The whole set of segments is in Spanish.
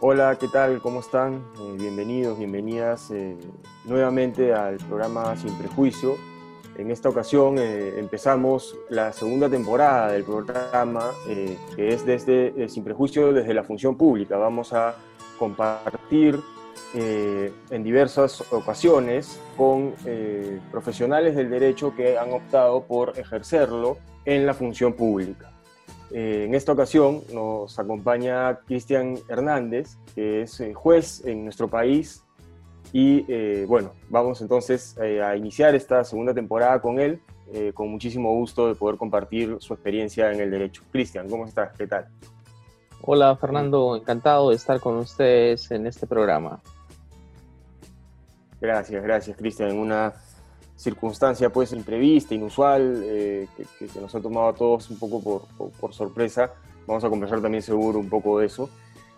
Hola, ¿qué tal? ¿Cómo están? Bienvenidos, bienvenidas nuevamente al programa Sin Prejuicio. En esta ocasión empezamos la segunda temporada del programa, que es desde Sin Prejuicio desde la función pública. Vamos a compartir en diversas ocasiones con profesionales del derecho que han optado por ejercerlo en la función pública. En esta ocasión nos acompaña Cristian Hernández, que es juez en nuestro país, y bueno, vamos entonces a iniciar esta segunda temporada con él, con muchísimo gusto de poder compartir su experiencia en el derecho. Cristian, ¿cómo estás? ¿Qué tal? Hola Fernando, encantado de estar con ustedes en este programa. Gracias, Cristian. En una circunstancia pues imprevista, inusual, que nos ha tomado a todos un poco por sorpresa. Vamos a conversar también seguro un poco de eso.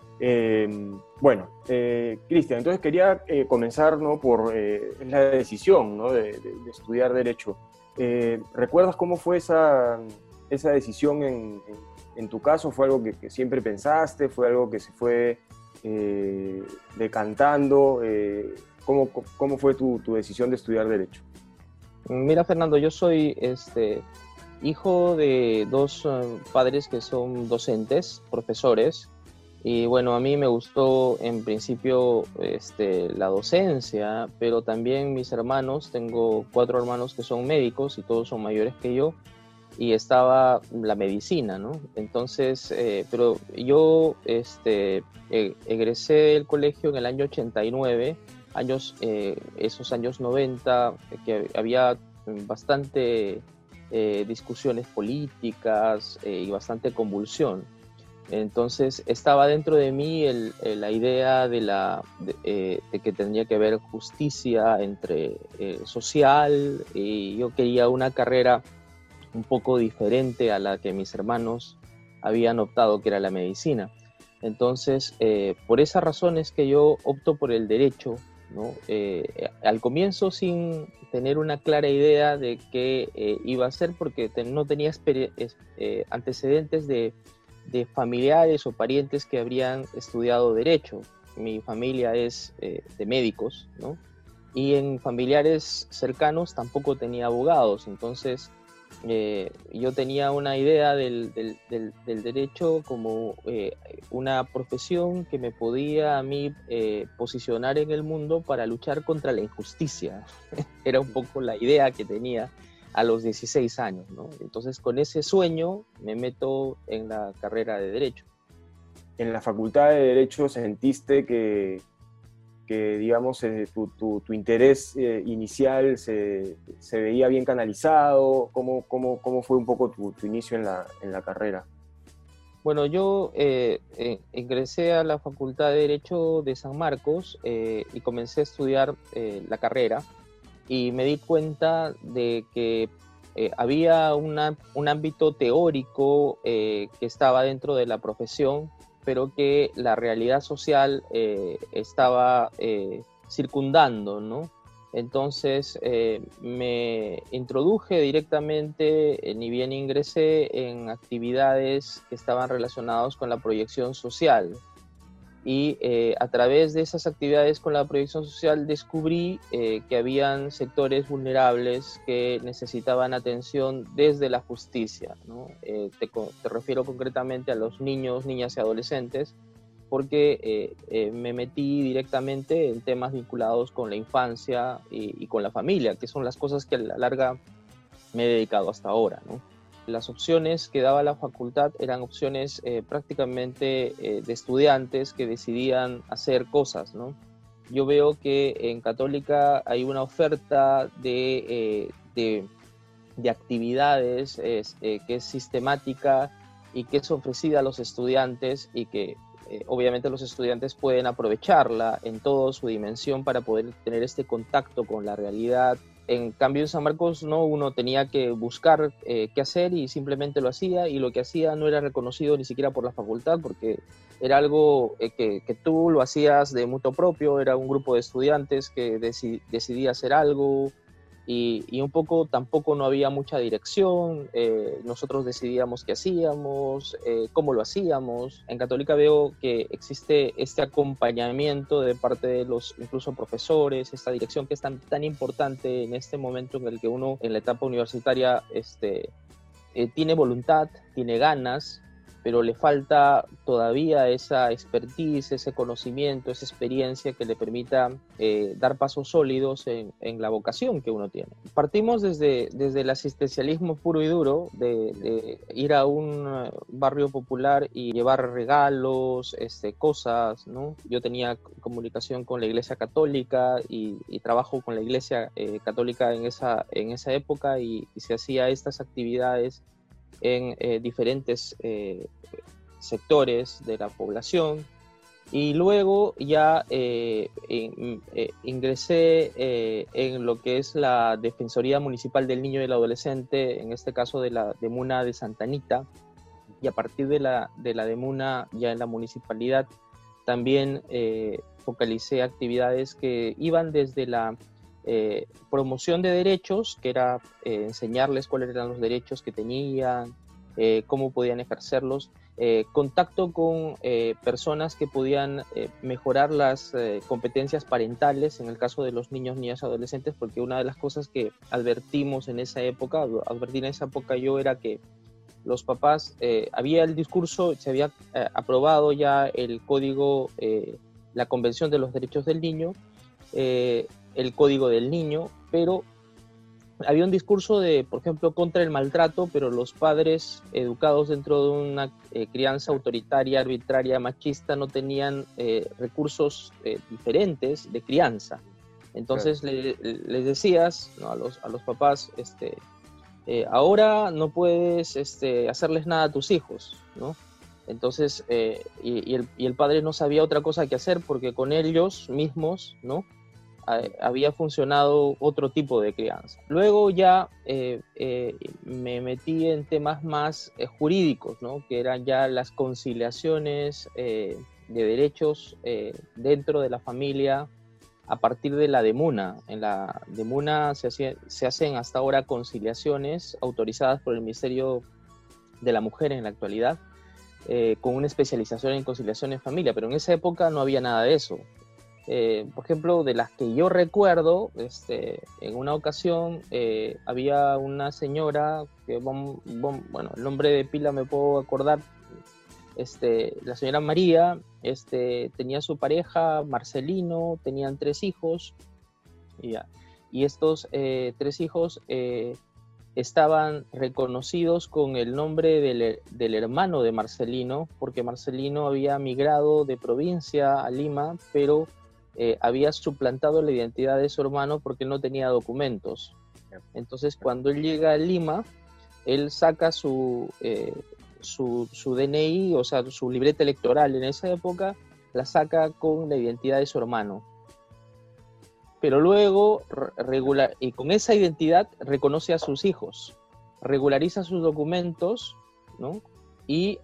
Bueno, Cristian, entonces quería comenzar, ¿no?, por la decisión, ¿no?, de estudiar Derecho. ¿Recuerdas cómo fue esa decisión en tu caso? ¿Fue algo que siempre pensaste? ¿Fue algo que se fue decantando? ¿Cómo fue tu decisión de estudiar Derecho? Mira Fernando, yo soy hijo de dos padres que son docentes, profesores, y bueno, a mí me gustó en principio la docencia, pero también mis hermanos, tengo 4 hermanos que son médicos y todos son mayores que yo, y estaba la medicina, ¿no? Entonces, pero yo egresé del colegio en el año 89, esos años 90, que había bastante discusiones políticas y bastante convulsión. Entonces estaba dentro de mí la idea de que tendría que haber justicia social, y yo quería una carrera un poco diferente a la que mis hermanos habían optado, que era la medicina. Entonces, por esas razones que yo opto por el derecho, ¿no? Al comienzo sin tener una clara idea de qué iba a hacer, porque no tenía antecedentes de familiares o parientes que habrían estudiado derecho. Mi familia es de médicos, ¿no? Y en familiares cercanos tampoco tenía abogados. Entonces yo tenía una idea del derecho como una profesión que me podía a mí posicionar en el mundo para luchar contra la injusticia. Era un poco la idea que tenía a los 16 años, ¿no? Entonces con ese sueño me meto en la carrera de Derecho. ¿En la Facultad de Derecho sentiste que digamos, tu interés inicial se veía bien canalizado? ¿Cómo fue un poco tu inicio en la carrera? Bueno, yo ingresé a la Facultad de Derecho de San Marcos y comencé a estudiar la carrera, y me di cuenta de que había un ámbito teórico que estaba dentro de la profesión, pero que la realidad social estaba circundando, ¿no? Entonces me introduje directamente, ni bien ingresé, en actividades que estaban relacionadas con la proyección social, y a través de esas actividades con la proyección social descubrí que habían sectores vulnerables que necesitaban atención desde la justicia, ¿no? Te refiero concretamente a los niños, niñas y adolescentes, porque me metí directamente en temas vinculados con la infancia y con la familia, que son las cosas que a la larga me he dedicado hasta ahora, ¿no? Las opciones que daba la facultad eran opciones prácticamente de estudiantes que decidían hacer cosas, ¿no? Yo veo que en Católica hay una oferta de actividades que es sistemática y que es ofrecida a los estudiantes, y que obviamente los estudiantes pueden aprovecharla en toda su dimensión para poder tener este contacto con la realidad. En cambio, en San Marcos, no, uno tenía que buscar qué hacer y simplemente lo hacía, y lo que hacía no era reconocido ni siquiera por la facultad, porque era algo que tú lo hacías de mutuo propio. Era un grupo de estudiantes que decidía hacer algo, y un poco tampoco no había mucha dirección, nosotros decidíamos qué hacíamos, cómo lo hacíamos. En Católica veo que existe este acompañamiento de parte de los incluso profesores, esta dirección que es tan importante en este momento en el que uno en la etapa universitaria tiene voluntad, tiene ganas, pero le falta todavía esa expertise, ese conocimiento, esa experiencia que le permita dar pasos sólidos en la vocación que uno tiene. Partimos desde el asistencialismo puro y duro, de ir a un barrio popular y llevar regalos, cosas, ¿no? Yo tenía comunicación con la Iglesia Católica y trabajo con la Iglesia Católica en esa época y se hacía estas actividades en diferentes sectores de la población, y luego ya ingresé en lo que es la Defensoría Municipal del Niño y del Adolescente, en este caso de la Demuna de Santa Anita, y a partir de la Demuna ya en la municipalidad también focalicé actividades que iban desde la promoción de derechos, que era enseñarles cuáles eran los derechos que tenían, cómo podían ejercerlos, contacto con personas que podían mejorar las competencias parentales en el caso de los niños, niñas y adolescentes, porque una de las cosas que advertí en esa época yo, era que los papás, había el discurso, se había aprobado ya el código, la Convención de los Derechos del Niño, el Código del Niño, pero había un discurso por ejemplo, contra el maltrato, pero los padres educados dentro de una crianza autoritaria, arbitraria, machista, no tenían recursos diferentes de crianza. Entonces les decías, ¿no?, a los papás, ahora no puedes hacerles nada a tus hijos, ¿no? Entonces, y el padre no sabía otra cosa que hacer porque con ellos mismos, ¿no?, había funcionado otro tipo de crianza. Luego ya me metí en temas más jurídicos, ¿no?, que eran ya las conciliaciones de derechos dentro de la familia a partir de la Demuna. En la Demuna se hacen hasta ahora conciliaciones autorizadas por el Ministerio de la Mujer en la actualidad, con una especialización en conciliación en familia, pero en esa época no había nada de eso. Por ejemplo, de las que yo recuerdo, en una ocasión había una señora que, bueno, el nombre de pila me puedo acordar, la señora María, tenía su pareja, Marcelino, tenían 3 hijos, y estos 3 hijos estaban reconocidos con el nombre del hermano de Marcelino, porque Marcelino había migrado de provincia a Lima, pero había suplantado la identidad de su hermano porque no tenía documentos. Entonces, cuando él llega a Lima, él saca su DNI, o sea, su libreta electoral en esa época, la saca con la identidad de su hermano. Pero luego, y con esa identidad, reconoce a sus hijos, regulariza sus documentos, ¿no? Y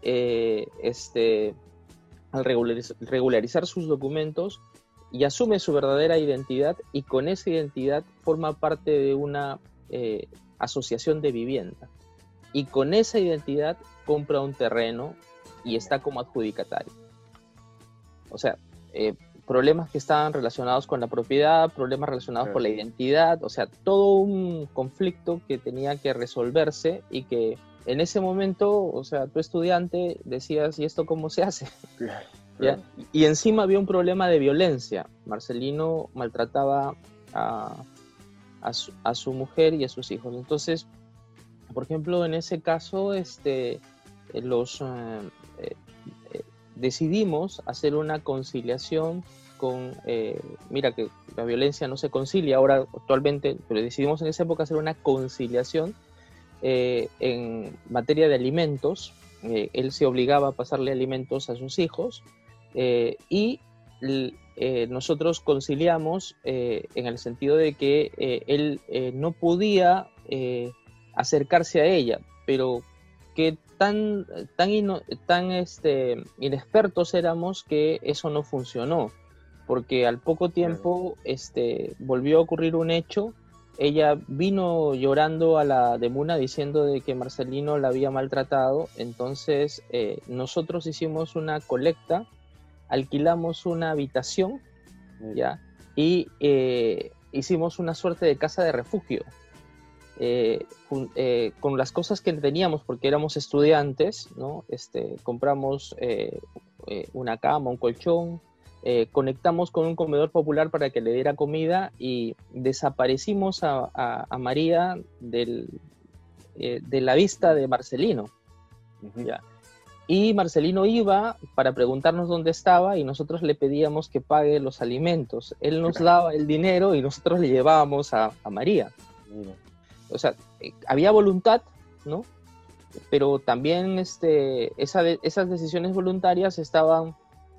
al regularizar sus documentos, y asume su verdadera identidad, y con esa identidad forma parte de una asociación de vivienda. Y con esa identidad compra un terreno y está como adjudicatario. O sea, problemas que estaban relacionados con la propiedad, problemas relacionados con la identidad, o sea, todo un conflicto que tenía que resolverse y que en ese momento, o sea, tú estudiante decías, ¿y esto cómo se hace? ¿Ya? Y encima había un problema de violencia. Marcelino maltrataba a su mujer y a sus hijos. Entonces, por ejemplo, en ese caso, decidimos hacer una conciliación con, mira que la violencia no se concilia ahora actualmente, pero decidimos en esa época hacer una conciliación en materia de alimentos. Él se obligaba a pasarle alimentos a sus hijos, y nosotros conciliamos en el sentido de que él no podía acercarse a ella, pero que tan inexpertos éramos que eso no funcionó, porque al poco tiempo volvió a ocurrir un hecho ella vino llorando a la Demuna diciendo de que Marcelino la había maltratado. Entonces nosotros hicimos una colecta, alquilamos una habitación, ¿ya? Y hicimos una suerte de casa de refugio. Con las cosas que teníamos, porque éramos estudiantes, ¿no? Compramos una cama, un colchón, conectamos con un comedor popular para que le diera comida y desaparecimos a María de la vista de Marcelino. ¿Ya? Y Marcelino iba para preguntarnos dónde estaba y nosotros le pedíamos que pague los alimentos. Él nos daba el dinero y nosotros le llevábamos a María. O sea, había voluntad, ¿no? Pero también esas decisiones voluntarias estaban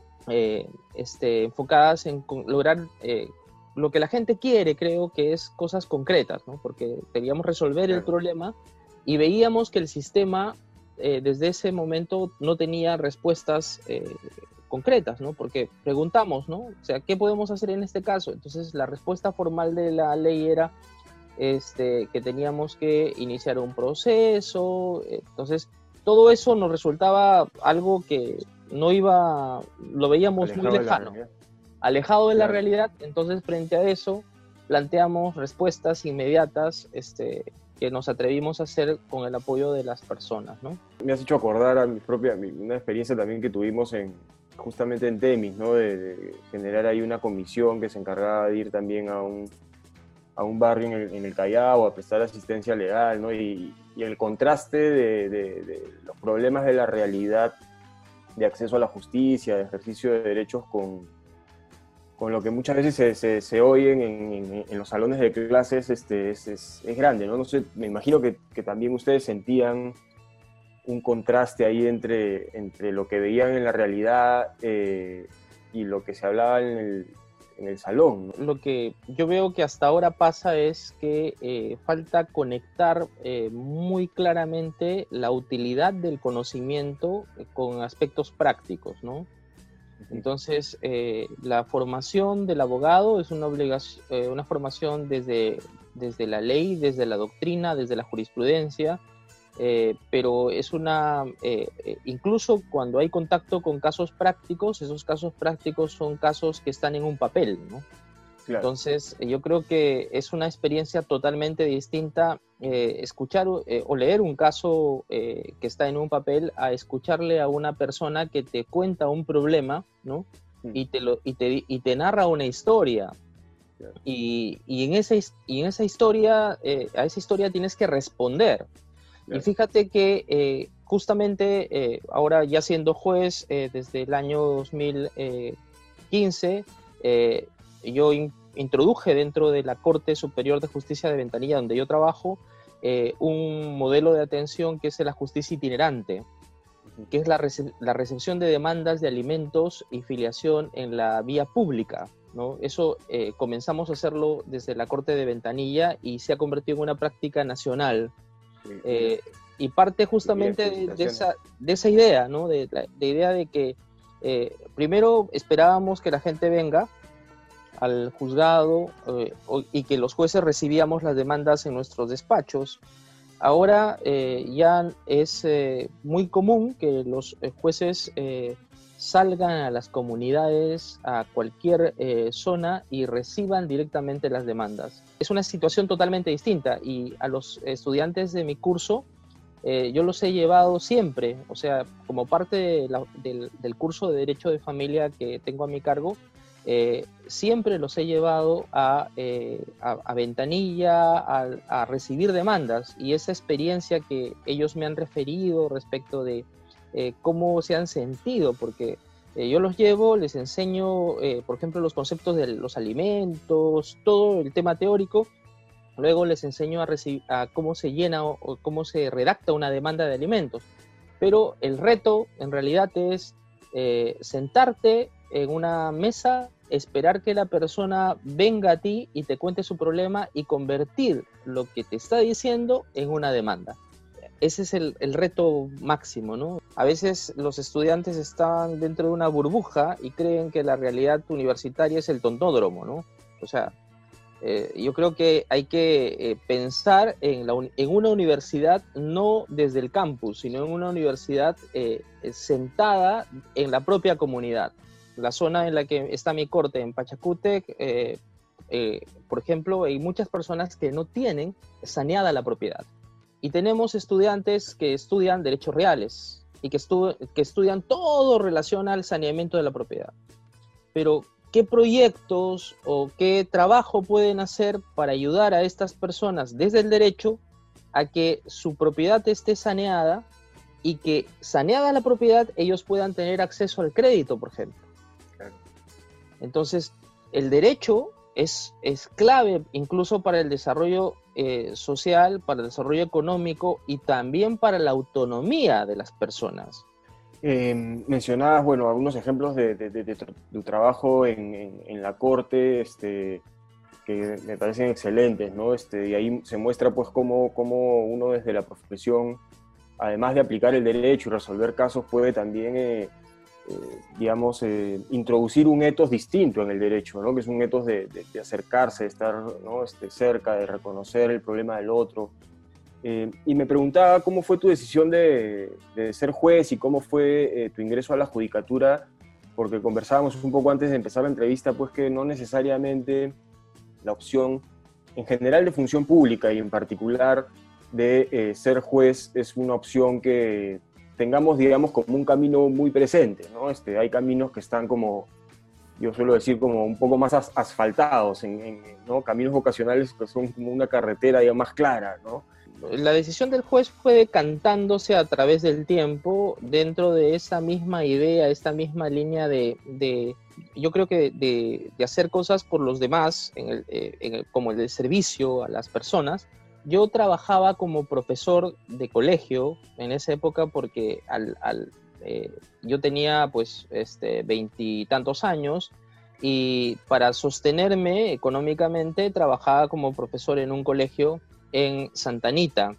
enfocadas en lograr lo que la gente quiere, creo que es cosas concretas, ¿no? Porque queríamos resolver el problema y veíamos que el sistema desde ese momento no tenía respuestas concretas, ¿no? Porque preguntamos, ¿no? O sea, ¿qué podemos hacer en este caso? Entonces la respuesta formal de la ley era que teníamos que iniciar un proceso. Entonces todo eso nos resultaba algo que no iba, lo veíamos alejado, muy lejano, alejado de la realidad. Entonces frente a eso planteamos respuestas inmediatas que nos atrevimos a hacer con el apoyo de las personas, ¿no? Me has hecho acordar a una experiencia también que tuvimos justamente en Temis, ¿no? De generar ahí una comisión que se encargaba de ir también a un barrio en el Callao a prestar asistencia legal, ¿no? Y el contraste de los problemas de la realidad de acceso a la justicia, de ejercicio de derechos con lo que muchas veces se oyen en los salones de clases es grande, ¿no? No sé, me imagino que también ustedes sentían un contraste ahí entre lo que veían en la realidad y lo que se hablaba en el salón, ¿no? Lo que yo veo que hasta ahora pasa es que falta conectar muy claramente la utilidad del conocimiento con aspectos prácticos, ¿no? Entonces, la formación del abogado es una obligación, una formación desde la ley, desde la doctrina, desde la jurisprudencia, pero es incluso cuando hay contacto con casos prácticos, esos casos prácticos son casos que están en un papel, ¿no? Claro. Entonces, yo creo que es una experiencia totalmente distinta escuchar o leer un caso que está en un papel a escucharle a una persona que te cuenta un problema, ¿no? Y te narra una historia. Claro. Y en esa historia, a esa historia tienes que responder. Claro. Y fíjate que justamente ahora ya siendo juez desde el año 2015, yo introduje dentro de la Corte Superior de Justicia de Ventanilla, donde yo trabajo, un modelo de atención que es la justicia itinerante, que es la recepción de demandas de alimentos y filiación en la vía pública, ¿no? Eso comenzamos a hacerlo desde la Corte de Ventanilla y se ha convertido en una práctica nacional. Y parte justamente de esa idea, ¿no? De idea de que primero esperábamos que la gente venga al juzgado y que los jueces recibíamos las demandas en nuestros despachos. Ahora ya es muy común que los jueces salgan a las comunidades, a cualquier zona y reciban directamente las demandas. Es una situación totalmente distinta y a los estudiantes de mi curso yo los he llevado siempre, o sea, como parte del curso de Derecho de Familia que tengo a mi cargo, siempre los he llevado a Ventanilla a recibir demandas, y esa experiencia que ellos me han referido respecto de cómo se han sentido, porque yo los llevo, les enseño, por ejemplo, los conceptos de los alimentos, todo el tema teórico. Luego les enseño a cómo se llena o cómo se redacta una demanda de alimentos. Pero el reto en realidad es sentarte en una mesa, esperar que la persona venga a ti y te cuente su problema y convertir lo que te está diciendo en una demanda. Ese es el reto máximo, ¿no? A veces los estudiantes están dentro de una burbuja y creen que la realidad universitaria es el tontódromo, ¿no? O sea, yo creo que hay que pensar en una universidad no desde el campus, sino en una universidad sentada en la propia comunidad. La zona en la que está mi corte, en Pachacútec, por ejemplo, hay muchas personas que no tienen saneada la propiedad. Y tenemos estudiantes que estudian derechos reales y que estudian todo relación al saneamiento de la propiedad. Pero, ¿qué proyectos o qué trabajo pueden hacer para ayudar a estas personas desde el derecho a que su propiedad esté saneada y que, saneada la propiedad, ellos puedan tener acceso al crédito, por ejemplo? Claro. Entonces, el derecho es clave incluso para el desarrollo social, para el desarrollo económico y también para la autonomía de las personas. Mencionabas, bueno, algunos ejemplos de tu trabajo en la corte, que me parecen excelentes, ¿no? Y ahí se muestra, pues, cómo uno desde la profesión, además de aplicar el derecho y resolver casos, puede también, digamos, introducir un ethos distinto en el derecho, ¿no? Que es un ethos de acercarse, de estar, ¿no? Cerca, de reconocer el problema del otro. Y me preguntaba cómo fue tu decisión de ser juez y cómo fue tu ingreso a la judicatura, porque conversábamos un poco antes de empezar la entrevista, pues que no necesariamente la opción en general de función pública y en particular de ser juez es una opción que tengamos, digamos, como un camino muy presente, ¿no? Hay caminos que están como, yo suelo decir, como un poco más asfaltados, ¿no? Caminos vocacionales que son como una carretera ya más clara, ¿no? La decisión del juez fue decantándose a través del tiempo dentro de esa misma idea, esta misma línea yo creo que de hacer cosas por los demás, como el de servicio a las personas. Yo trabajaba como profesor de colegio en esa época porque yo tenía pues 20 y tantos años, y para sostenerme económicamente trabajaba como profesor en un colegio en Santa Anita.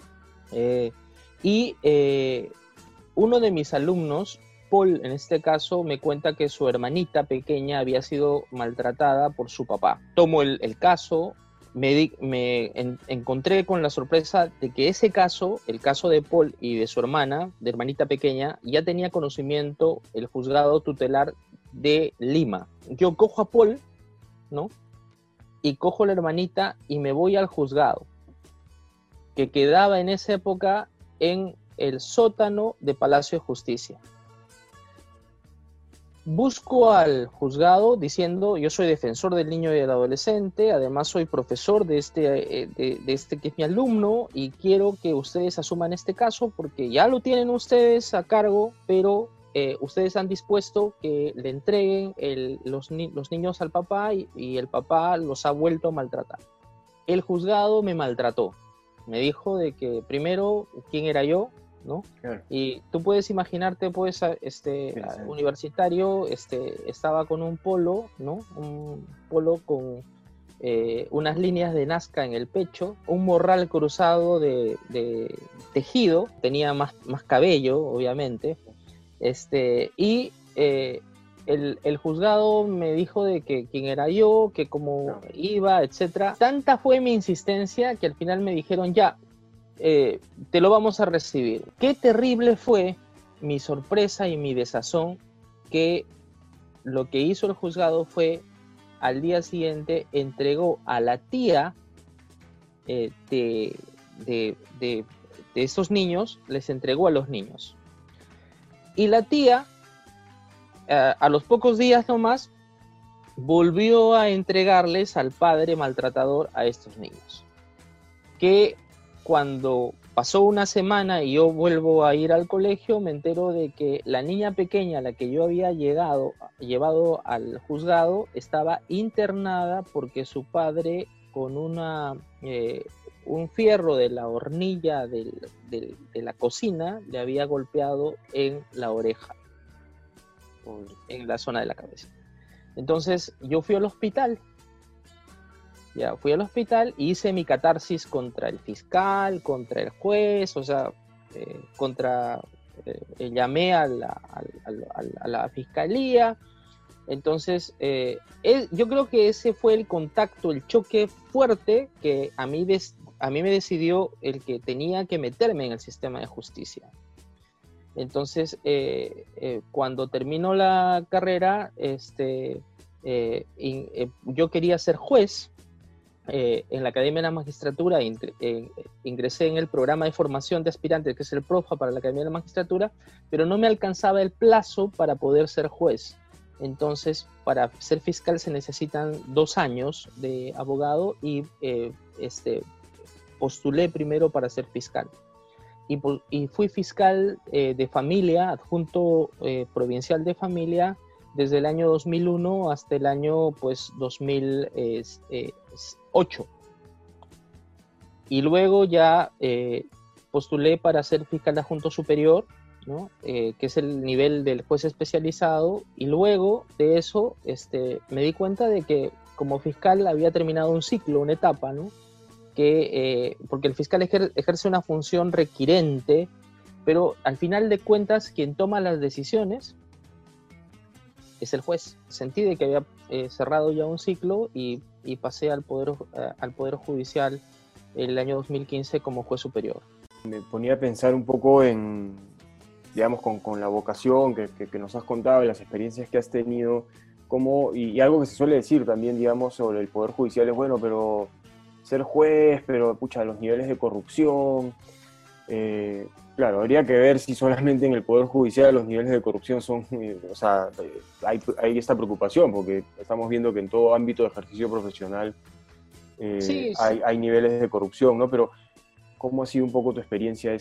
Uno de mis alumnos, Paul en este caso, me cuenta que su hermanita pequeña había sido maltratada por su papá. Tomo el caso, encontré con la sorpresa de que ese caso, el caso de Paul y de su hermanita pequeña, ya tenía conocimiento el juzgado tutelar de Lima. Yo cojo a Paul, ¿no? Y cojo a la hermanita y me voy al juzgado, que quedaba en esa época en el sótano de Palacio de Justicia. Busco al juzgado diciendo: yo soy defensor del niño y del adolescente, además soy profesor de este que es mi alumno, y quiero que ustedes asuman este caso porque ya lo tienen ustedes a cargo, pero ustedes han dispuesto que le entreguen los niños al papá y el papá los ha vuelto a maltratar. El juzgado me maltrató. Me dijo de que primero quién era yo, ¿no? Claro. Y tú puedes imaginarte, pues, sí. Universitario, estaba con un polo, ¿no? Un polo con unas líneas de Nazca en el pecho, un morral cruzado de tejido, tenía más cabello, obviamente, y el juzgado me dijo de que quién era yo, que cómo iba, etcétera. Tanta fue mi insistencia que al final me dijeron: ya, te lo vamos a recibir. Qué terrible fue mi sorpresa y mi desazón, que lo que hizo el juzgado fue, al día siguiente, entregó a la tía de estos niños, les entregó a los niños. Y la tía, a los pocos días nomás, volvió a entregarles al padre maltratador a estos niños. Que cuando pasó una semana y yo vuelvo a ir al colegio, me entero de que la niña pequeña a la que yo había llevado al juzgado estaba internada porque su padre, con un fierro de la hornilla de la cocina, le había golpeado en la oreja, en la zona de la cabeza. Entonces yo fui al hospital. Fui al hospital y hice mi catarsis contra el fiscal, contra el juez, o sea, llamé a la fiscalía, Entonces, yo creo que ese fue el contacto, el choque fuerte que a mí me decidió el que tenía que meterme en el sistema de justicia. Entonces, cuando terminó la carrera, yo quería ser juez. En la Academia de la Magistratura ingresé en el programa de formación de aspirantes, que es el PROFA para la Academia de la Magistratura, pero no me alcanzaba el plazo para poder ser juez. Entonces, para ser fiscal se necesitan 2 años de abogado y postulé primero para ser fiscal. Y fui fiscal de familia, adjunto provincial de familia, desde el año 2001 hasta el año 2008. Y luego ya postulé para ser fiscal adjunto superior, ¿no? Que es el nivel del juez especializado, y luego de eso me di cuenta de que como fiscal había terminado un ciclo, una etapa, ¿no? Porque el fiscal ejerce una función requirente, pero al final de cuentas quien toma las decisiones es el juez. Sentí de que había cerrado ya un ciclo y pasé al Poder Judicial el año 2015 como juez superior. Me ponía a pensar un poco en, digamos, con la vocación que nos has contado y las experiencias que has tenido, y algo que se suele decir también, digamos, sobre el Poder Judicial es, bueno, pero ser juez, pero pucha, los niveles de corrupción. Claro, habría que ver si solamente en el Poder Judicial los niveles de corrupción son, o sea, hay esta preocupación, porque estamos viendo que en todo ámbito de ejercicio profesional sí. Hay niveles de corrupción, ¿no? Pero, ¿cómo ha sido un poco tu experiencia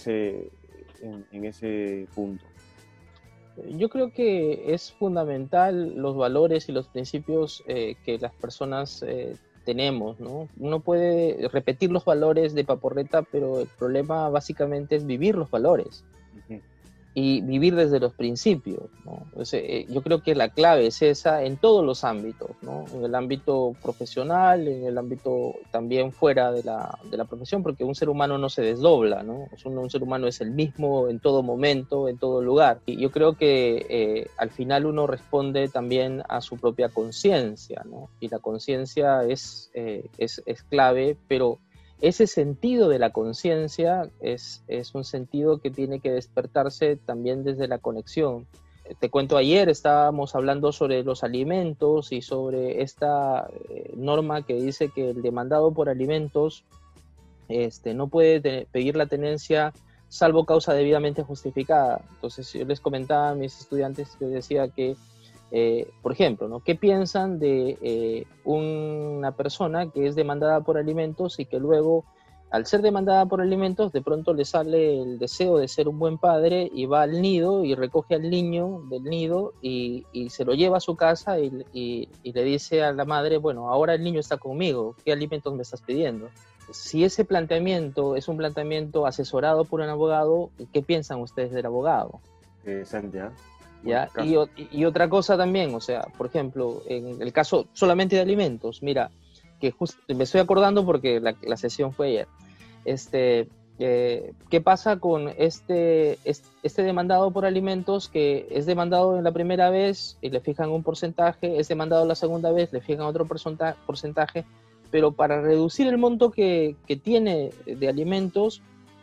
en ese punto? Yo creo que es fundamental los valores y los principios que las personas tenemos, ¿no? Uno puede repetir los valores de paporreta, pero el problema básicamente es vivir los valores. Uh-huh. Y vivir desde los principios, ¿no? Entonces, yo creo que la clave es esa en todos los ámbitos, ¿no? En el ámbito profesional, en el ámbito también fuera de la profesión, porque un ser humano no se desdobla, ¿no? Un ser humano es el mismo en todo momento, en todo lugar. Y yo creo que al final uno responde también a su propia conciencia, ¿no? Y la conciencia es clave, pero ese sentido de la conciencia es un sentido que tiene que despertarse también desde la conexión. Te cuento, ayer estábamos hablando sobre los alimentos y sobre esta norma que dice que el demandado por alimentos no puede pedir la tenencia salvo causa debidamente justificada. Entonces yo les comentaba a mis estudiantes que decía que por ejemplo, ¿no? ¿Qué piensan de una persona que es demandada por alimentos y que luego, al ser demandada por alimentos, de pronto le sale el deseo de ser un buen padre y va al nido y recoge al niño del nido y se lo lleva a su casa y le dice a la madre, bueno, ahora el niño está conmigo, ¿qué alimentos me estás pidiendo? Si ese planteamiento es un planteamiento asesorado por un abogado, ¿qué piensan ustedes del abogado? Interesante, ¿eh? ¿Ya? Y otra cosa también, o sea, por ejemplo, en el caso solamente de alimentos, mira, que me estoy acordando porque la sesión fue ayer. ¿Qué pasa con este demandado por alimentos que es demandado en la primera vez y le fijan un porcentaje, es demandado la segunda vez, le fijan otro porcentaje, pero para reducir el monto que tiene de alimentos,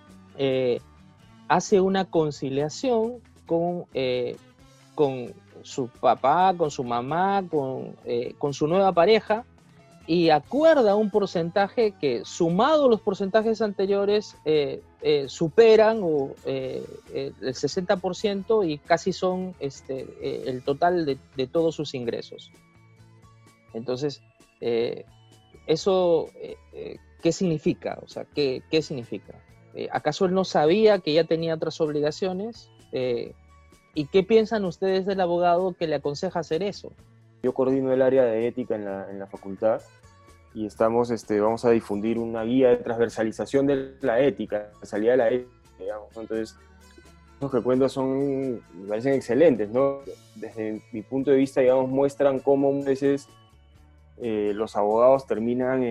hace una conciliación con su papá, con su mamá, con su nueva pareja, y acuerda un porcentaje que, sumado los porcentajes anteriores, superan el 60% y casi son el total de todos sus ingresos. Entonces, eso, ¿qué significa? O sea, ¿qué significa? ¿Acaso él no sabía que ya tenía otras obligaciones? ¿Y qué piensan ustedes del abogado que le aconseja hacer eso? Yo coordino el área de ética en la facultad y vamos a difundir una guía de transversalización de la ética, salida de la ética, digamos. Entonces, los que cuento me parecen excelentes, ¿no? Desde mi punto de vista, digamos, muestran cómo a veces los abogados terminan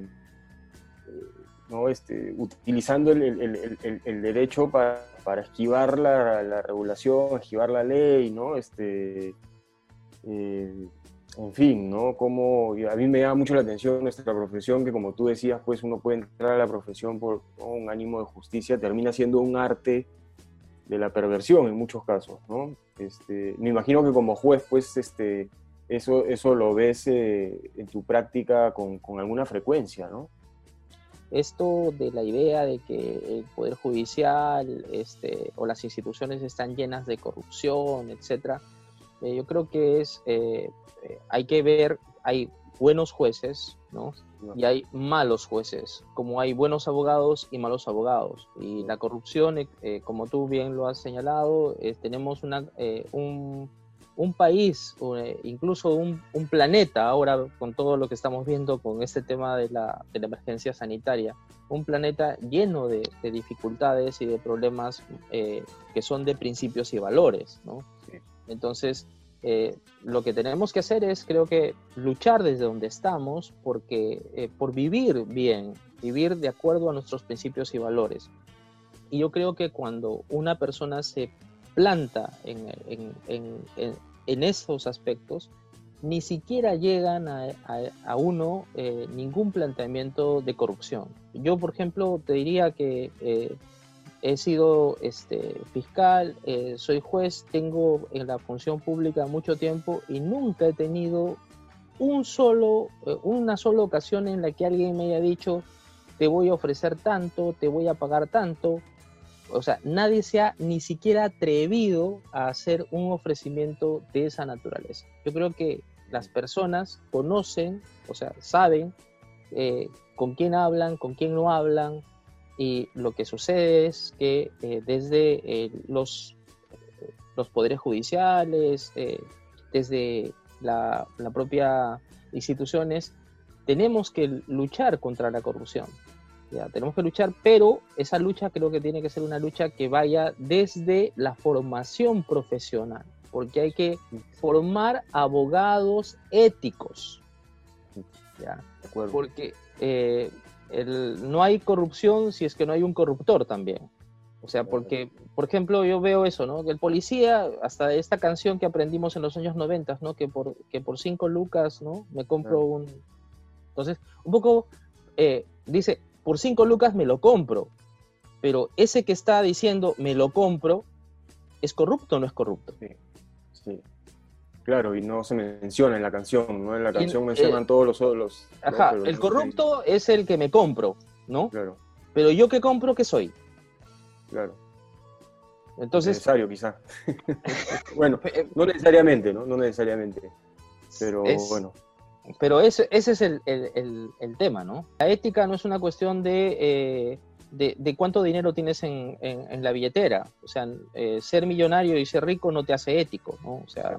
¿no? Utilizando el derecho para esquivar la regulación, esquivar la ley, ¿no? en fin, ¿no? Como a mí me llama mucho la atención nuestra profesión, que como tú decías, pues uno puede entrar a la profesión por, ¿no?, un ánimo de justicia, termina siendo un arte de la perversión en muchos casos, ¿no? Me imagino que como juez, pues, eso lo ves en tu práctica con alguna frecuencia, ¿no? Esto de la idea de que el Poder Judicial o las instituciones están llenas de corrupción, etcétera, yo creo que hay que ver, hay buenos jueces, ¿no? Y hay malos jueces, como hay buenos abogados y malos abogados. Y la corrupción, como tú bien lo has señalado, tenemos un país, incluso un planeta, ahora con todo lo que estamos viendo con este tema de la emergencia sanitaria, un planeta lleno de dificultades y de problemas que son de principios y valores, ¿no? Sí. Entonces, lo que tenemos que hacer es, creo que, luchar desde donde estamos por vivir bien, vivir de acuerdo a nuestros principios y valores. Y yo creo que cuando una persona se planta en esos aspectos, ni siquiera llegan a uno ningún planteamiento de corrupción. Yo, por ejemplo, te diría que he sido fiscal, soy juez, tengo en la función pública mucho tiempo y nunca he tenido una sola ocasión en la que alguien me haya dicho te voy a ofrecer tanto, te voy a pagar tanto. O sea, nadie se ha ni siquiera atrevido a hacer un ofrecimiento de esa naturaleza. Yo creo que las personas conocen, o sea, saben con quién hablan, con quién no hablan, y lo que sucede es que desde los poderes judiciales, desde la propia instituciones, tenemos que luchar contra la corrupción. Ya, tenemos que luchar, pero esa lucha creo que tiene que ser una lucha que vaya desde la formación profesional, porque hay que formar abogados éticos. ¿Ya? De acuerdo. Porque no hay corrupción si es que no hay un corruptor también. O sea, porque, por ejemplo, yo veo eso, ¿no? Que el policía, hasta esta canción que aprendimos en los años 90, ¿no? Que por 5 lucas, ¿no? Me compro un... Entonces, un poco dice, por 5 lucas me lo compro, pero ese que está diciendo me lo compro, ¿es corrupto o no es corrupto? Sí, sí. Claro, y no se menciona en la canción, ¿no? En la canción mencionan todos los ajá, pero el no corrupto es el que me compro, ¿no? Claro. Pero yo que compro, ¿qué soy? Claro. Entonces, necesario, quizá. Bueno, no necesariamente, ¿no? No necesariamente. Pero bueno. Pero ese es el tema, ¿no? La ética no es una cuestión de cuánto dinero tienes en la billetera. O sea, ser millonario y ser rico no te hace ético, ¿no? O sea,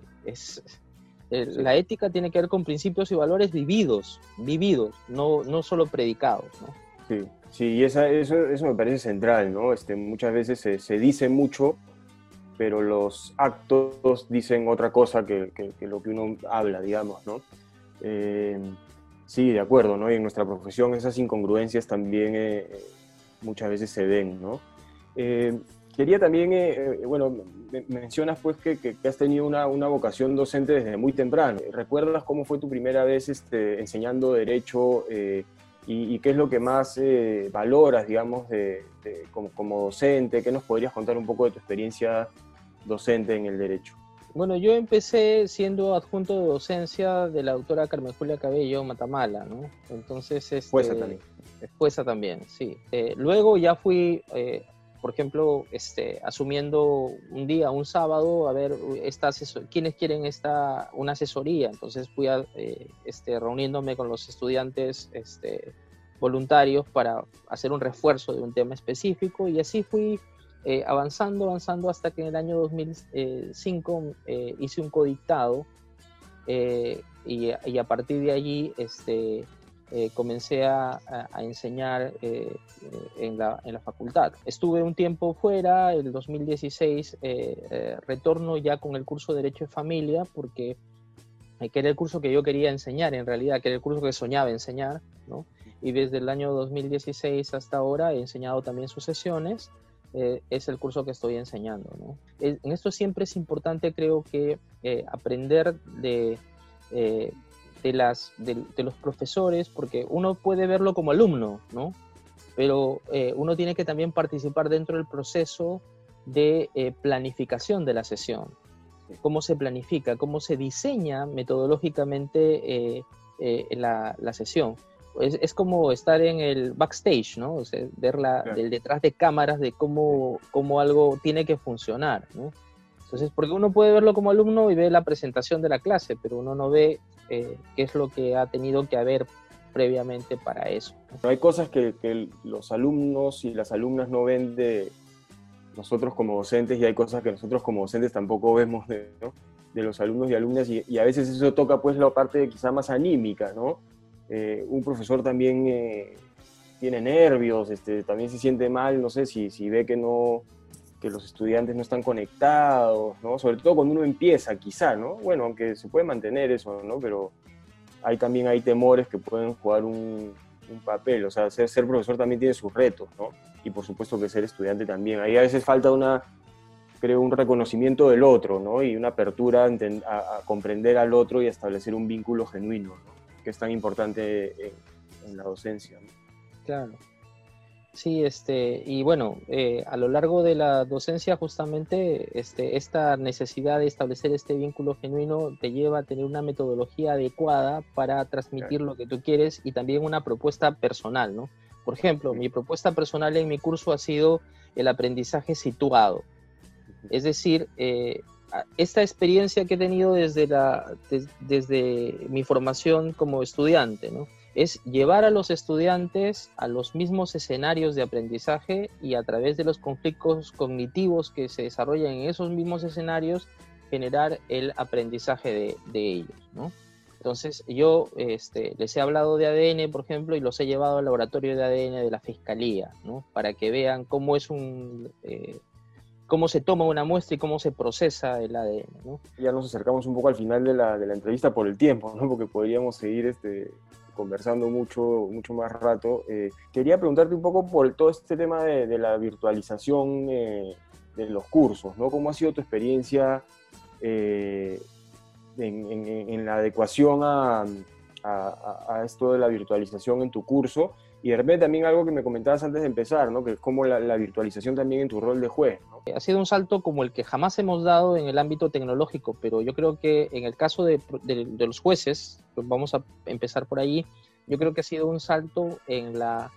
la ética tiene que ver con principios y valores vividos, no solo predicados, ¿no? Sí, sí, y eso me parece central, ¿no? Muchas veces se dice mucho, pero los actos dicen otra cosa que lo que uno habla, digamos, ¿no? Sí, de acuerdo, ¿no? Y en nuestra profesión esas incongruencias también muchas veces se ven, ¿no? Quería también, bueno, mencionas pues que has tenido una vocación docente desde muy temprano. ¿Recuerdas cómo fue tu primera vez enseñando Derecho y qué es lo que más valoras, digamos, como docente? ¿Qué nos podrías contar un poco de tu experiencia docente en el Derecho? Bueno, yo empecé siendo adjunto de docencia de la doctora Carmen Julia Cabello Matamala, ¿no? Entonces, Jueza también. Jueza también, sí. Luego ya fui, por ejemplo, asumiendo un sábado, a ver, ¿quiénes quieren una asesoría? Entonces fui reuniéndome con los estudiantes voluntarios para hacer un refuerzo de un tema específico, y así fui avanzando hasta que en el año 2005 hice un codictado, y a partir de allí comencé a enseñar en la facultad. Estuve un tiempo fuera, el 2016 retorno ya con el curso de Derecho de Familia, porque que era el curso que yo quería enseñar, en realidad, que era el curso que soñaba enseñar, ¿no? Y desde el año 2016 hasta ahora he enseñado también sucesiones. Es el curso que estoy enseñando, ¿no? En esto siempre es importante, creo que, aprender de los profesores, porque uno puede verlo como alumno, ¿no? Pero uno tiene que también participar dentro del proceso de planificación de la sesión. Cómo se planifica, cómo se diseña metodológicamente la sesión. Es como estar en el backstage, ¿no? O sea, ver del detrás de cámaras de cómo algo tiene que funcionar, ¿no? Entonces, porque uno puede verlo como alumno y ve la presentación de la clase, pero uno no ve qué es lo que ha tenido que haber previamente para eso, ¿no? Hay cosas que los alumnos y las alumnas no ven de nosotros como docentes, y hay cosas que nosotros como docentes tampoco vemos ¿no? de los alumnos y alumnas, y a veces eso toca pues la parte quizá más anímica, ¿no? Un profesor también tiene nervios, también se siente mal, no sé, si ve que los estudiantes no están conectados, ¿no? Sobre todo cuando uno empieza, quizá, ¿no? Bueno, aunque se puede mantener eso, ¿no? Pero también hay temores que pueden jugar un papel. O sea, ser profesor también tiene sus retos, ¿no? Y por supuesto que ser estudiante también. Ahí a veces falta creo, un reconocimiento del otro, ¿no? Y una apertura a comprender al otro y a establecer un vínculo genuino, ¿no? Que es tan importante en la docencia, ¿no? Claro. Sí, y bueno, a lo largo de la docencia justamente esta necesidad de establecer este vínculo genuino te lleva a tener una metodología adecuada para transmitir lo que tú quieres, y también una propuesta personal, ¿no? Por ejemplo, mi propuesta personal en mi curso ha sido el aprendizaje situado. Es decir, esta experiencia que he tenido desde mi formación como estudiante, ¿no? Es llevar a los estudiantes a los mismos escenarios de aprendizaje, y a través de los conflictos cognitivos que se desarrollan en esos mismos escenarios, generar el aprendizaje de ellos, ¿no? Entonces, yo les he hablado de ADN, por ejemplo, y los he llevado al laboratorio de ADN de la Fiscalía, ¿no? Para que vean cómo cómo se toma una muestra y cómo se procesa el ADN, ¿no? Ya nos acercamos un poco al final de la entrevista por el tiempo, ¿no? Porque podríamos seguir conversando mucho más rato. Quería preguntarte un poco por todo este tema de la virtualización de los cursos, ¿no? ¿Cómo ha sido tu experiencia en la adecuación a esto de la virtualización en tu curso? Y de repente también algo que me comentabas antes de empezar, ¿no? Que es como la virtualización también en tu rol de juez, ¿no? Ha sido un salto como el que jamás hemos dado en el ámbito tecnológico, pero yo creo que en el caso de los jueces, pues vamos a empezar por ahí, yo creo que ha sido un salto en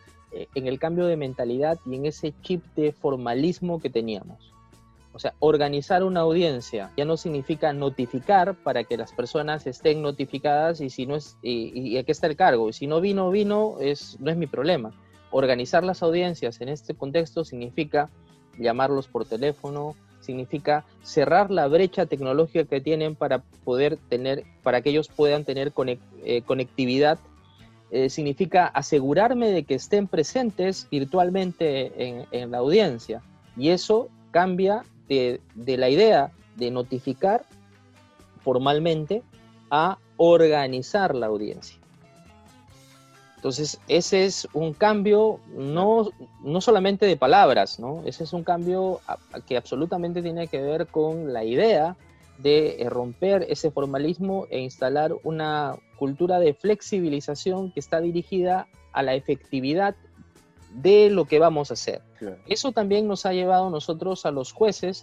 el cambio de mentalidad y en ese chip de formalismo que teníamos. O sea, organizar una audiencia ya no significa notificar para que las personas estén notificadas, y si no y aquí está el cargo, y si no vino, no es mi problema. Organizar las audiencias en este contexto significa llamarlos por teléfono, significa cerrar la brecha tecnológica que tienen para que ellos puedan tener conectividad. Significa asegurarme de que estén presentes virtualmente en la audiencia, y eso cambia de la idea de notificar formalmente a organizar la audiencia. Entonces, ese es un cambio no solamente de palabras, ¿no? Ese es un cambio que absolutamente tiene que ver con la idea de romper ese formalismo e instalar una cultura de flexibilización que está dirigida a la efectividad de lo que vamos a hacer. Claro. Eso también nos ha llevado a nosotros, a los jueces,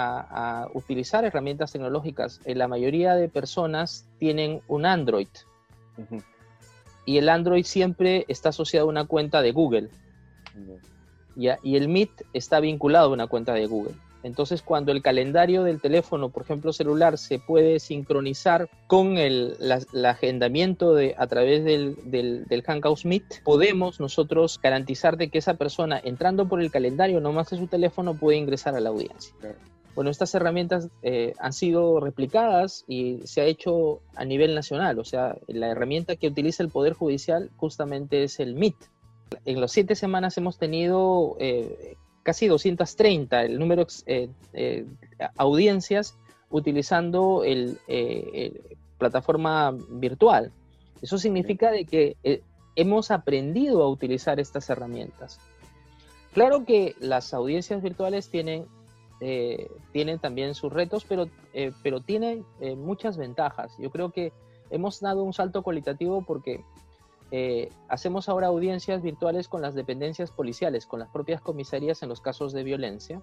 a utilizar herramientas tecnológicas. La mayoría de personas tienen un Android. Uh-huh. Y el Android siempre está asociado a una cuenta de Google. Uh-huh. Y el Meet está vinculado a una cuenta de Google. Entonces, cuando el calendario del teléfono, por ejemplo celular, se puede sincronizar con el agendamiento a través del Hangouts Meet, podemos nosotros garantizar de que esa persona, entrando por el calendario nomás de su teléfono, puede ingresar a la audiencia. Claro. Bueno, estas herramientas han sido replicadas y se ha hecho a nivel nacional. O sea, la herramienta que utiliza el Poder Judicial justamente es el Meet. En las 7 semanas hemos tenido casi 230 el número audiencias utilizando el plataforma virtual. Eso significa de que hemos aprendido a utilizar estas herramientas. Claro que las audiencias virtuales tienen también sus retos, pero tienen muchas ventajas. Yo creo que hemos dado un salto cualitativo porque hacemos ahora audiencias virtuales con las dependencias policiales, con las propias comisarías en los casos de violencia.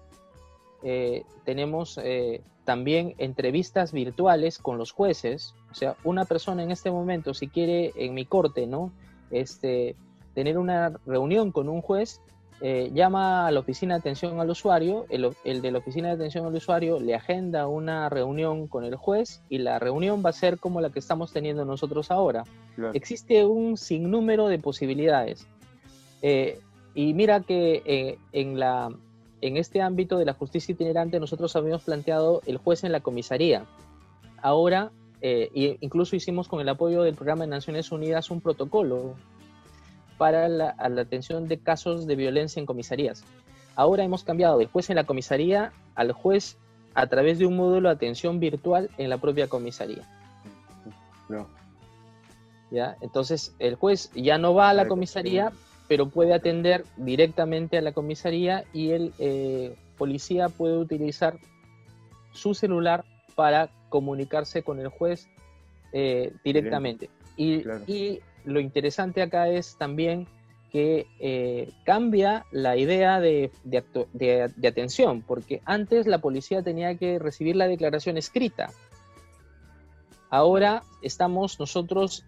Tenemos también entrevistas virtuales con los jueces. O sea, una persona en este momento, si quiere en mi corte, ¿no? Tener una reunión con un juez, llama a la oficina de atención al usuario, el de la oficina de atención al usuario le agenda una reunión con el juez y la reunión va a ser como la que estamos teniendo nosotros ahora. Claro. Existe un sinnúmero de posibilidades. Y mira que en este ámbito de la justicia itinerante nosotros habíamos planteado el juez en la comisaría. Ahora, incluso hicimos con el apoyo del Programa de Naciones Unidas un protocolo para la atención de casos de violencia en comisarías. Ahora hemos cambiado del juez en la comisaría al juez a través de un módulo de atención virtual en la propia comisaría. No. ¿Ya? Entonces, el juez ya no va a la comisaría, pero puede atender directamente a la comisaría y el policía puede utilizar su celular para comunicarse con el juez directamente. Y lo interesante acá es también que cambia la idea de atención, porque antes la policía tenía que recibir la declaración escrita. Ahora estamos nosotros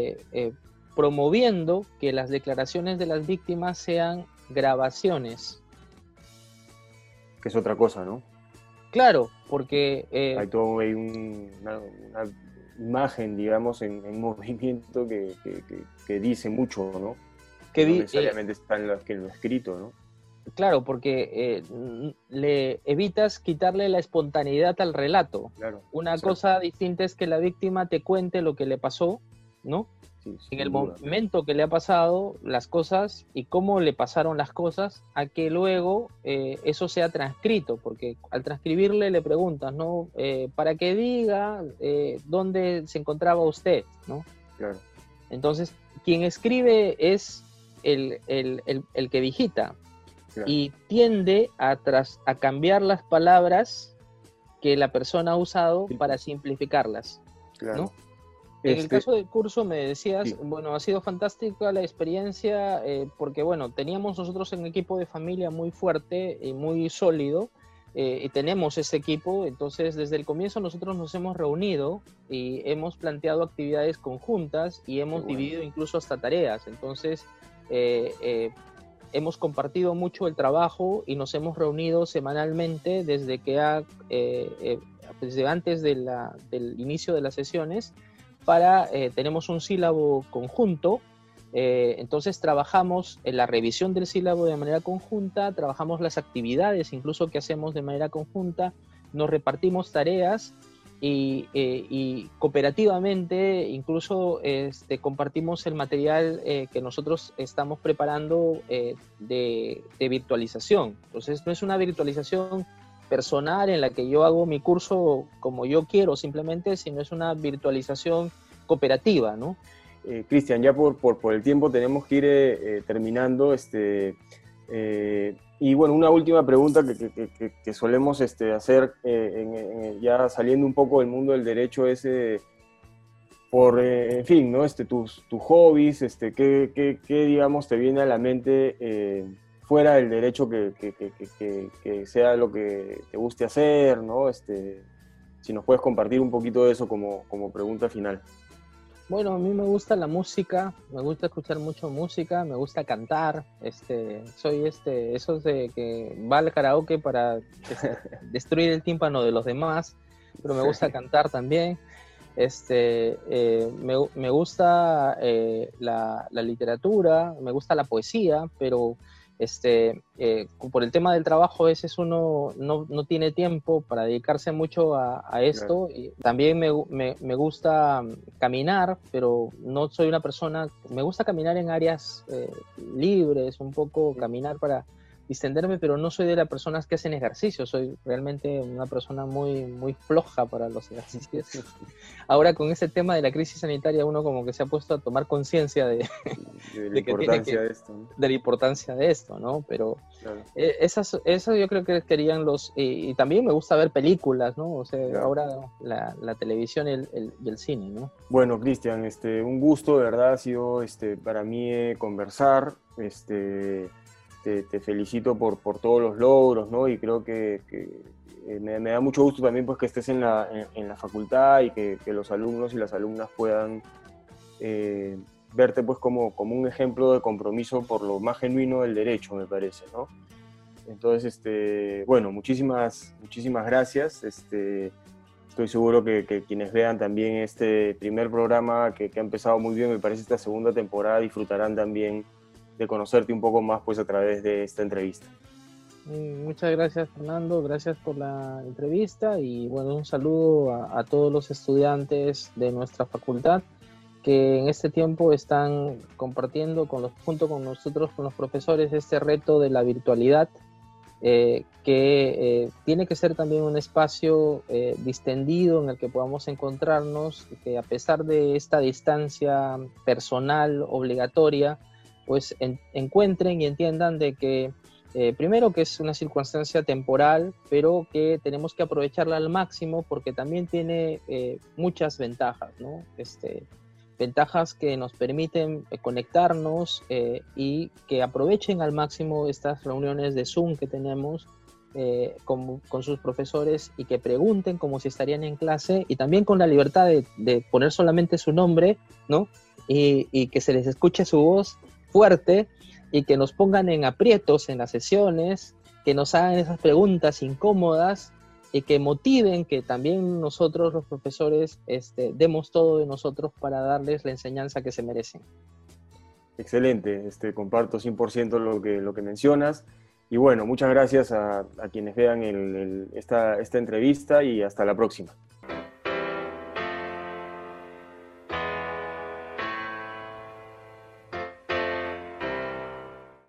promoviendo que las declaraciones de las víctimas sean grabaciones. Que es otra cosa, ¿no? Claro, porque... hay una imagen, digamos, en movimiento que dice mucho, ¿no? Que no necesariamente está en lo escrito, ¿no? Claro, porque le evitas quitarle la espontaneidad al relato. Claro, una cosa distinta es que la víctima te cuente lo que le pasó, ¿no? Sí, en el momento que le ha pasado las cosas y cómo le pasaron las cosas, a que luego eso sea transcrito, porque al transcribirle le preguntas, ¿no? Para que diga dónde se encontraba usted, ¿no? Claro. Entonces, quien escribe es el que digita. Claro. Y tiende a cambiar las palabras que la persona ha usado para simplificarlas, claro. ¿No? En el caso del curso me decías, sí. Bueno, ha sido fantástica la experiencia porque, bueno, teníamos nosotros un equipo de familia muy fuerte y muy sólido y tenemos ese equipo, entonces desde el comienzo nosotros nos hemos reunido y hemos planteado actividades conjuntas y hemos dividido incluso hasta tareas, entonces hemos compartido mucho el trabajo y nos hemos reunido semanalmente desde antes del inicio de las sesiones. Tenemos un sílabo conjunto, entonces trabajamos en la revisión del sílabo de manera conjunta, trabajamos las actividades incluso que hacemos de manera conjunta, nos repartimos tareas y cooperativamente incluso compartimos el material que nosotros estamos preparando de virtualización. Entonces no es una virtualización personal en la que yo hago mi curso como yo quiero simplemente, sino es una virtualización cooperativa, ¿no? Cristian, ya por el tiempo tenemos que ir terminando. Y bueno, una última pregunta que solemos hacer ya saliendo un poco del mundo del derecho es en fin, ¿no? Tus hobbies, ¿qué digamos te viene a la mente fuera del derecho que sea lo que te guste hacer, ¿no? Si nos puedes compartir un poquito de eso como pregunta final. Bueno, a mí me gusta la música, me gusta escuchar mucho música, me gusta cantar, soy esos de que va al karaoke para destruir el tímpano de los demás, pero me gusta cantar también. Me gusta la literatura, me gusta la poesía, pero por el tema del trabajo a veces uno no tiene tiempo para dedicarse mucho a esto. Claro. Y también me gusta caminar, pero no soy una persona, me gusta caminar en áreas libres, un poco caminar para distenderme, pero no soy de las personas que hacen ejercicio, soy realmente una persona muy, muy floja para los ejercicios. Ahora con ese tema de la crisis sanitaria uno como que se ha puesto a tomar conciencia de la de que importancia de esto, ¿no? de la importancia de esto, ¿no? Pero Claro, eso yo creo que querían y también me gusta ver películas, ¿no? O sea, claro. ahora la televisión y el cine, ¿no? Bueno, Cristian, un gusto, de verdad, ha sido para mí conversar. Te felicito por todos los logros, ¿no? Y creo que me da mucho gusto también pues, que estés en la facultad y que los alumnos y las alumnas puedan verte pues, como un ejemplo de compromiso por lo más genuino del derecho, me parece, ¿no? Entonces, bueno, muchísimas gracias. Estoy seguro que quienes vean también este primer programa que ha empezado muy bien, me parece esta segunda temporada, disfrutarán también de conocerte un poco más pues a través de esta entrevista. Muchas gracias, Fernando, gracias por la entrevista y bueno, un saludo a todos los estudiantes de nuestra facultad que en este tiempo están compartiendo junto con nosotros, con los profesores, este reto de la virtualidad, que tiene que ser también un espacio distendido en el que podamos encontrarnos, que a pesar de esta distancia personal obligatoria, pues encuentren y entiendan de que primero que es una circunstancia temporal, pero que tenemos que aprovecharla al máximo porque también tiene muchas ventajas, ¿no? Ventajas que nos permiten conectarnos y que aprovechen al máximo estas reuniones de Zoom que tenemos con sus profesores y que pregunten como si estarían en clase y también con la libertad de poner solamente su nombre, ¿no? Y que se les escuche su voz fuerte y que nos pongan en aprietos en las sesiones, que nos hagan esas preguntas incómodas y que motiven que también nosotros los profesores demos todo de nosotros para darles la enseñanza que se merecen. Excelente, comparto 100% lo que mencionas y bueno, muchas gracias a quienes vean esta entrevista y hasta la próxima.